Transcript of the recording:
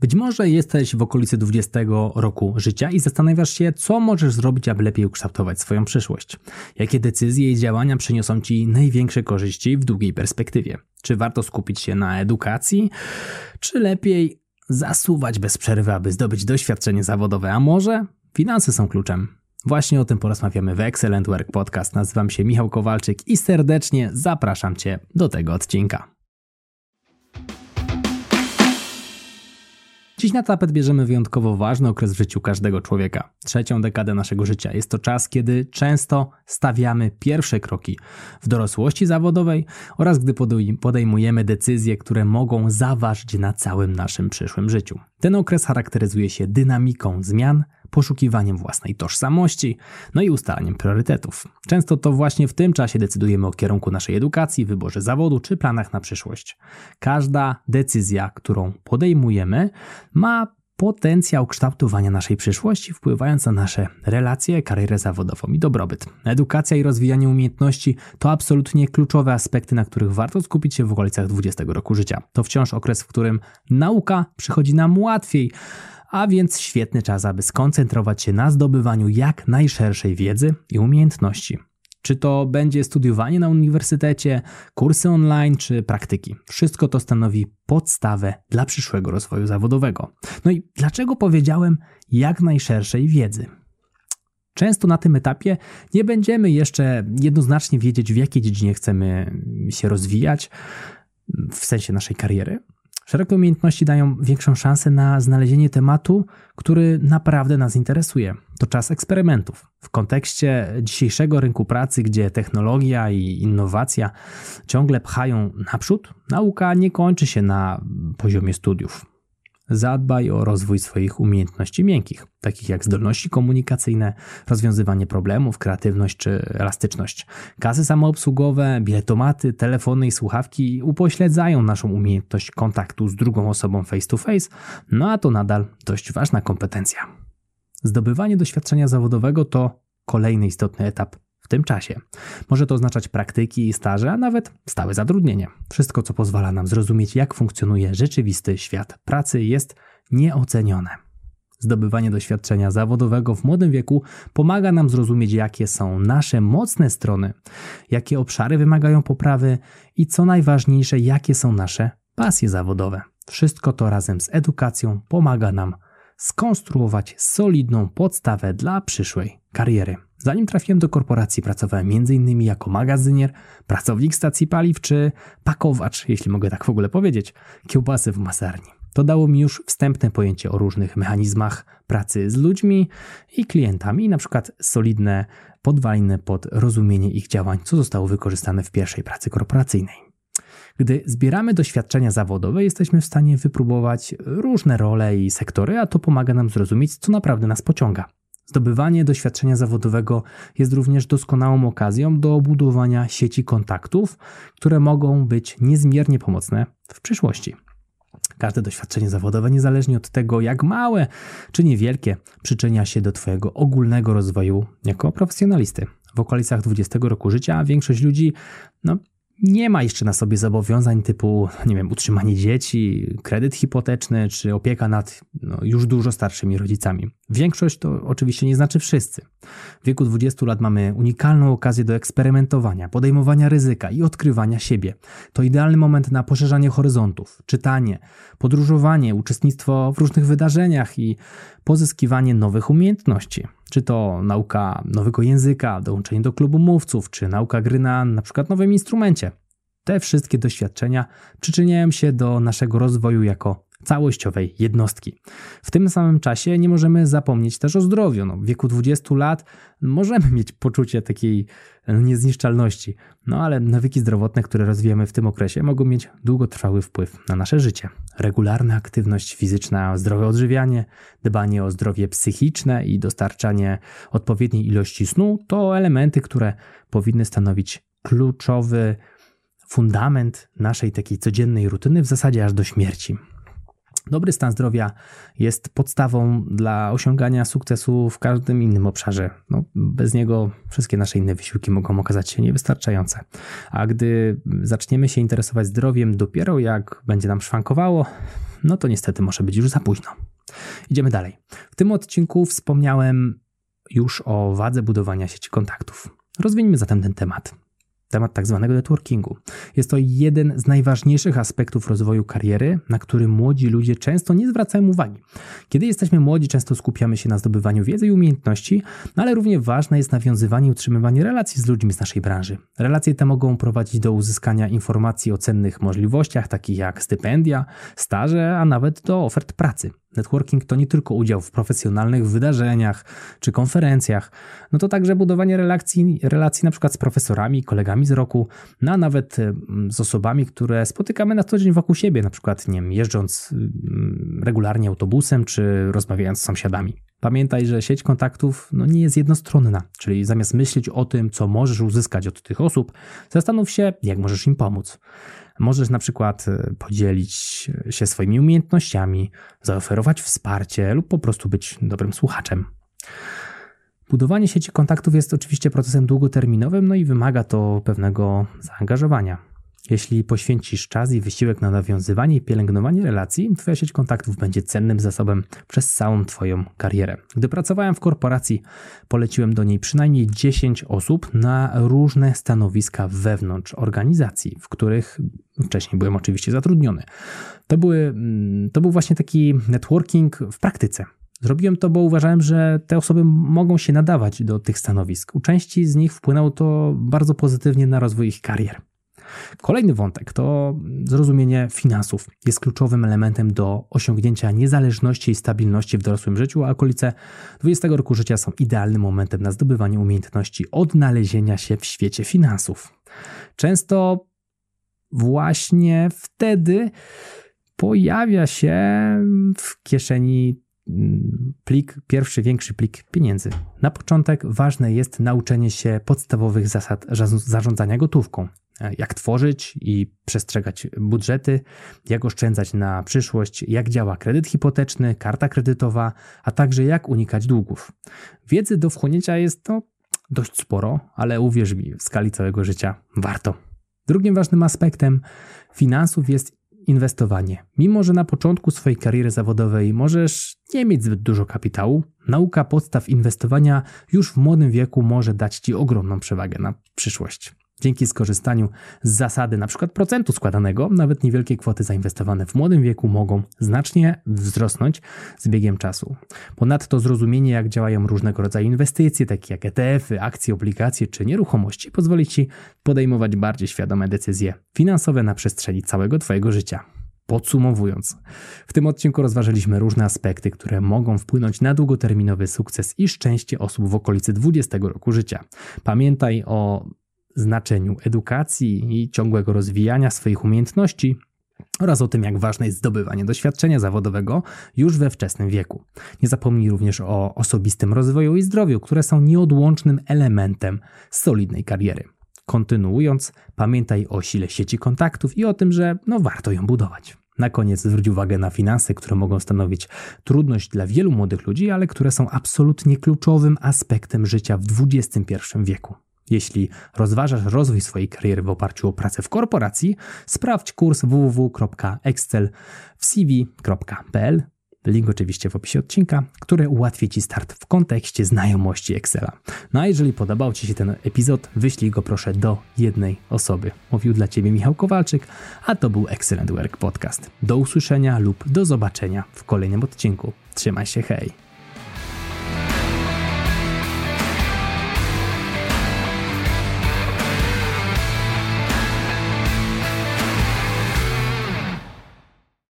Być może jesteś w okolicy 20 roku życia i zastanawiasz się, co możesz zrobić, aby lepiej ukształtować swoją przyszłość. Jakie decyzje i działania przyniosą Ci największe korzyści w długiej perspektywie? Czy warto skupić się na edukacji, czy lepiej zasuwać bez przerwy, aby zdobyć doświadczenie zawodowe? A może finanse są kluczem? Właśnie o tym porozmawiamy w Excellent Work Podcast. Nazywam się Michał Kowalczyk i serdecznie zapraszam Cię do tego odcinka. Dziś na tapet bierzemy wyjątkowo ważny okres w życiu każdego człowieka. Trzecią dekadę naszego życia. Jest to czas, kiedy często stawiamy pierwsze kroki w dorosłości zawodowej oraz gdy podejmujemy decyzje, które mogą zaważyć na całym naszym przyszłym życiu. Ten okres charakteryzuje się dynamiką zmian, poszukiwaniem własnej tożsamości, no i ustalaniem priorytetów. Często to właśnie w tym czasie decydujemy o kierunku naszej edukacji, wyborze zawodu czy planach na przyszłość. Każda decyzja, którą podejmujemy, ma potencjał kształtowania naszej przyszłości, wpływając na nasze relacje, karierę zawodową i dobrobyt. Edukacja i rozwijanie umiejętności to absolutnie kluczowe aspekty, na których warto skupić się w okolicach 20 roku życia. To wciąż okres, w którym nauka przychodzi nam łatwiej, a więc świetny czas, aby skoncentrować się na zdobywaniu jak najszerszej wiedzy i umiejętności. Czy to będzie studiowanie na uniwersytecie, kursy online czy praktyki. Wszystko to stanowi podstawę dla przyszłego rozwoju zawodowego. No i dlaczego powiedziałem jak najszerszej wiedzy? Często na tym etapie nie będziemy jeszcze jednoznacznie wiedzieć, w jakiej dziedzinie chcemy się rozwijać, w sensie naszej kariery. Szerokie umiejętności dają większą szansę na znalezienie tematu, który naprawdę nas interesuje. To czas eksperymentów. W kontekście dzisiejszego rynku pracy, gdzie technologia i innowacja ciągle pchają naprzód, nauka nie kończy się na poziomie studiów. Zadbaj o rozwój swoich umiejętności miękkich, takich jak zdolności komunikacyjne, rozwiązywanie problemów, kreatywność czy elastyczność. Kasy samoobsługowe, biletomaty, telefony i słuchawki upośledzają naszą umiejętność kontaktu z drugą osobą face to face, no a to nadal dość ważna kompetencja. Zdobywanie doświadczenia zawodowego to kolejny istotny etap w tym czasie. Może to oznaczać praktyki i staże, a nawet stałe zatrudnienie. Wszystko, co pozwala nam zrozumieć, jak funkcjonuje rzeczywisty świat pracy, jest nieocenione. Zdobywanie doświadczenia zawodowego w młodym wieku pomaga nam zrozumieć, jakie są nasze mocne strony, jakie obszary wymagają poprawy i co najważniejsze, jakie są nasze pasje zawodowe. Wszystko to razem z edukacją pomaga nam skonstruować solidną podstawę dla przyszłej kariery. Zanim trafiłem do korporacji, pracowałem m.in. jako magazynier, pracownik stacji paliw czy pakowacz, jeśli mogę tak w ogóle powiedzieć, kiełbasy w masarni. To dało mi już wstępne pojęcie o różnych mechanizmach pracy z ludźmi i klientami, na przykład solidne podwaliny pod rozumienie ich działań, co zostało wykorzystane w pierwszej pracy korporacyjnej. Gdy zbieramy doświadczenia zawodowe, jesteśmy w stanie wypróbować różne role i sektory, a to pomaga nam zrozumieć, co naprawdę nas pociąga. Zdobywanie doświadczenia zawodowego jest również doskonałą okazją do budowania sieci kontaktów, które mogą być niezmiernie pomocne w przyszłości. Każde doświadczenie zawodowe, niezależnie od tego, jak małe czy niewielkie, przyczynia się do Twojego ogólnego rozwoju jako profesjonalisty. W okolicach 20 roku życia większość ludzi nie ma jeszcze na sobie zobowiązań typu, utrzymanie dzieci, kredyt hipoteczny czy opieka nad już dużo starszymi rodzicami. Większość to oczywiście nie znaczy wszyscy. W wieku 20 lat mamy unikalną okazję do eksperymentowania, podejmowania ryzyka i odkrywania siebie. To idealny moment na poszerzanie horyzontów, czytanie, podróżowanie, uczestnictwo w różnych wydarzeniach i pozyskiwanie nowych umiejętności. Czy to nauka nowego języka, dołączenie do klubu mówców, czy nauka gry na przykład nowym instrumencie. Te wszystkie doświadczenia przyczyniają się do naszego rozwoju jako całościowej jednostki. W tym samym czasie nie możemy zapomnieć też o zdrowiu. W wieku 20 lat możemy mieć poczucie takiej niezniszczalności, ale nawyki zdrowotne, które rozwijamy w tym okresie, mogą mieć długotrwały wpływ na nasze życie. Regularna aktywność fizyczna, zdrowe odżywianie, dbanie o zdrowie psychiczne i dostarczanie odpowiedniej ilości snu to elementy, które powinny stanowić kluczowy fundament naszej takiej codziennej rutyny w zasadzie aż do śmierci. Dobry stan zdrowia jest podstawą dla osiągania sukcesu w każdym innym obszarze. Bez niego wszystkie nasze inne wysiłki mogą okazać się niewystarczające. A gdy zaczniemy się interesować zdrowiem dopiero jak będzie nam szwankowało, to niestety może być już za późno. Idziemy dalej. W tym odcinku wspomniałem już o wadze budowania sieci kontaktów. Rozwiniemy zatem ten temat. Temat tak zwanego networkingu. Jest to jeden z najważniejszych aspektów rozwoju kariery, na który młodzi ludzie często nie zwracają uwagi. Kiedy jesteśmy młodzi, często skupiamy się na zdobywaniu wiedzy i umiejętności, ale równie ważne jest nawiązywanie i utrzymywanie relacji z ludźmi z naszej branży. Relacje te mogą prowadzić do uzyskania informacji o cennych możliwościach, takich jak stypendia, staże, a nawet do ofert pracy. Networking to nie tylko udział w profesjonalnych wydarzeniach czy konferencjach, to także budowanie relacji na przykład z profesorami, kolegami z roku, a nawet z osobami, które spotykamy na co dzień wokół siebie, na przykład jeżdżąc regularnie autobusem czy rozmawiając z sąsiadami. Pamiętaj, że sieć kontaktów nie jest jednostronna, czyli zamiast myśleć o tym, co możesz uzyskać od tych osób, zastanów się, jak możesz im pomóc. Możesz na przykład podzielić się swoimi umiejętnościami, zaoferować wsparcie lub po prostu być dobrym słuchaczem. Budowanie sieci kontaktów jest oczywiście procesem długoterminowym, i wymaga to pewnego zaangażowania. Jeśli poświęcisz czas i wysiłek na nawiązywanie i pielęgnowanie relacji, twoja sieć kontaktów będzie cennym zasobem przez całą twoją karierę. Gdy pracowałem w korporacji, poleciłem do niej przynajmniej 10 osób na różne stanowiska wewnątrz organizacji, w których wcześniej byłem oczywiście zatrudniony. To był właśnie taki networking w praktyce. Zrobiłem to, bo uważałem, że te osoby mogą się nadawać do tych stanowisk. U części z nich wpłynęło to bardzo pozytywnie na rozwój ich karier. Kolejny wątek to zrozumienie finansów. Jest kluczowym elementem do osiągnięcia niezależności i stabilności w dorosłym życiu, a okolice 20 roku życia są idealnym momentem na zdobywanie umiejętności odnalezienia się w świecie finansów. Często właśnie wtedy pojawia się w kieszeni pierwszy większy plik pieniędzy. Na początek ważne jest nauczenie się podstawowych zasad zarządzania gotówką. Jak tworzyć i przestrzegać budżety, jak oszczędzać na przyszłość, jak działa kredyt hipoteczny, karta kredytowa, a także jak unikać długów. Wiedzy do wchłonięcia jest to dość sporo, ale uwierz mi, w skali całego życia warto. Drugim ważnym aspektem finansów jest inwestowanie. Mimo że na początku swojej kariery zawodowej możesz nie mieć zbyt dużo kapitału, nauka podstaw inwestowania już w młodym wieku może dać Ci ogromną przewagę na przyszłość. Dzięki skorzystaniu z zasady np. procentu składanego, nawet niewielkie kwoty zainwestowane w młodym wieku mogą znacznie wzrosnąć z biegiem czasu. Ponadto zrozumienie, jak działają różnego rodzaju inwestycje, takie jak ETF-y, akcje, obligacje czy nieruchomości, pozwoli Ci podejmować bardziej świadome decyzje finansowe na przestrzeni całego Twojego życia. Podsumowując, w tym odcinku rozważyliśmy różne aspekty, które mogą wpłynąć na długoterminowy sukces i szczęście osób w okolicy 20 roku życia. Pamiętaj o znaczeniu edukacji i ciągłego rozwijania swoich umiejętności oraz o tym, jak ważne jest zdobywanie doświadczenia zawodowego już we wczesnym wieku. Nie zapomnij również o osobistym rozwoju i zdrowiu, które są nieodłącznym elementem solidnej kariery. Kontynuując, pamiętaj o sile sieci kontaktów i o tym, że warto ją budować. Na koniec zwróć uwagę na finanse, które mogą stanowić trudność dla wielu młodych ludzi, ale które są absolutnie kluczowym aspektem życia w XXI wieku. Jeśli rozważasz rozwój swojej kariery w oparciu o pracę w korporacji, sprawdź kurs www.excelwcv.pl, link oczywiście w opisie odcinka, który ułatwi Ci start w kontekście znajomości Excela. A jeżeli podobał Ci się ten epizod, wyślij go proszę do jednej osoby. Mówił dla Ciebie Michał Kowalczyk, a to był Excellent Work Podcast. Do usłyszenia lub do zobaczenia w kolejnym odcinku. Trzymaj się, hej!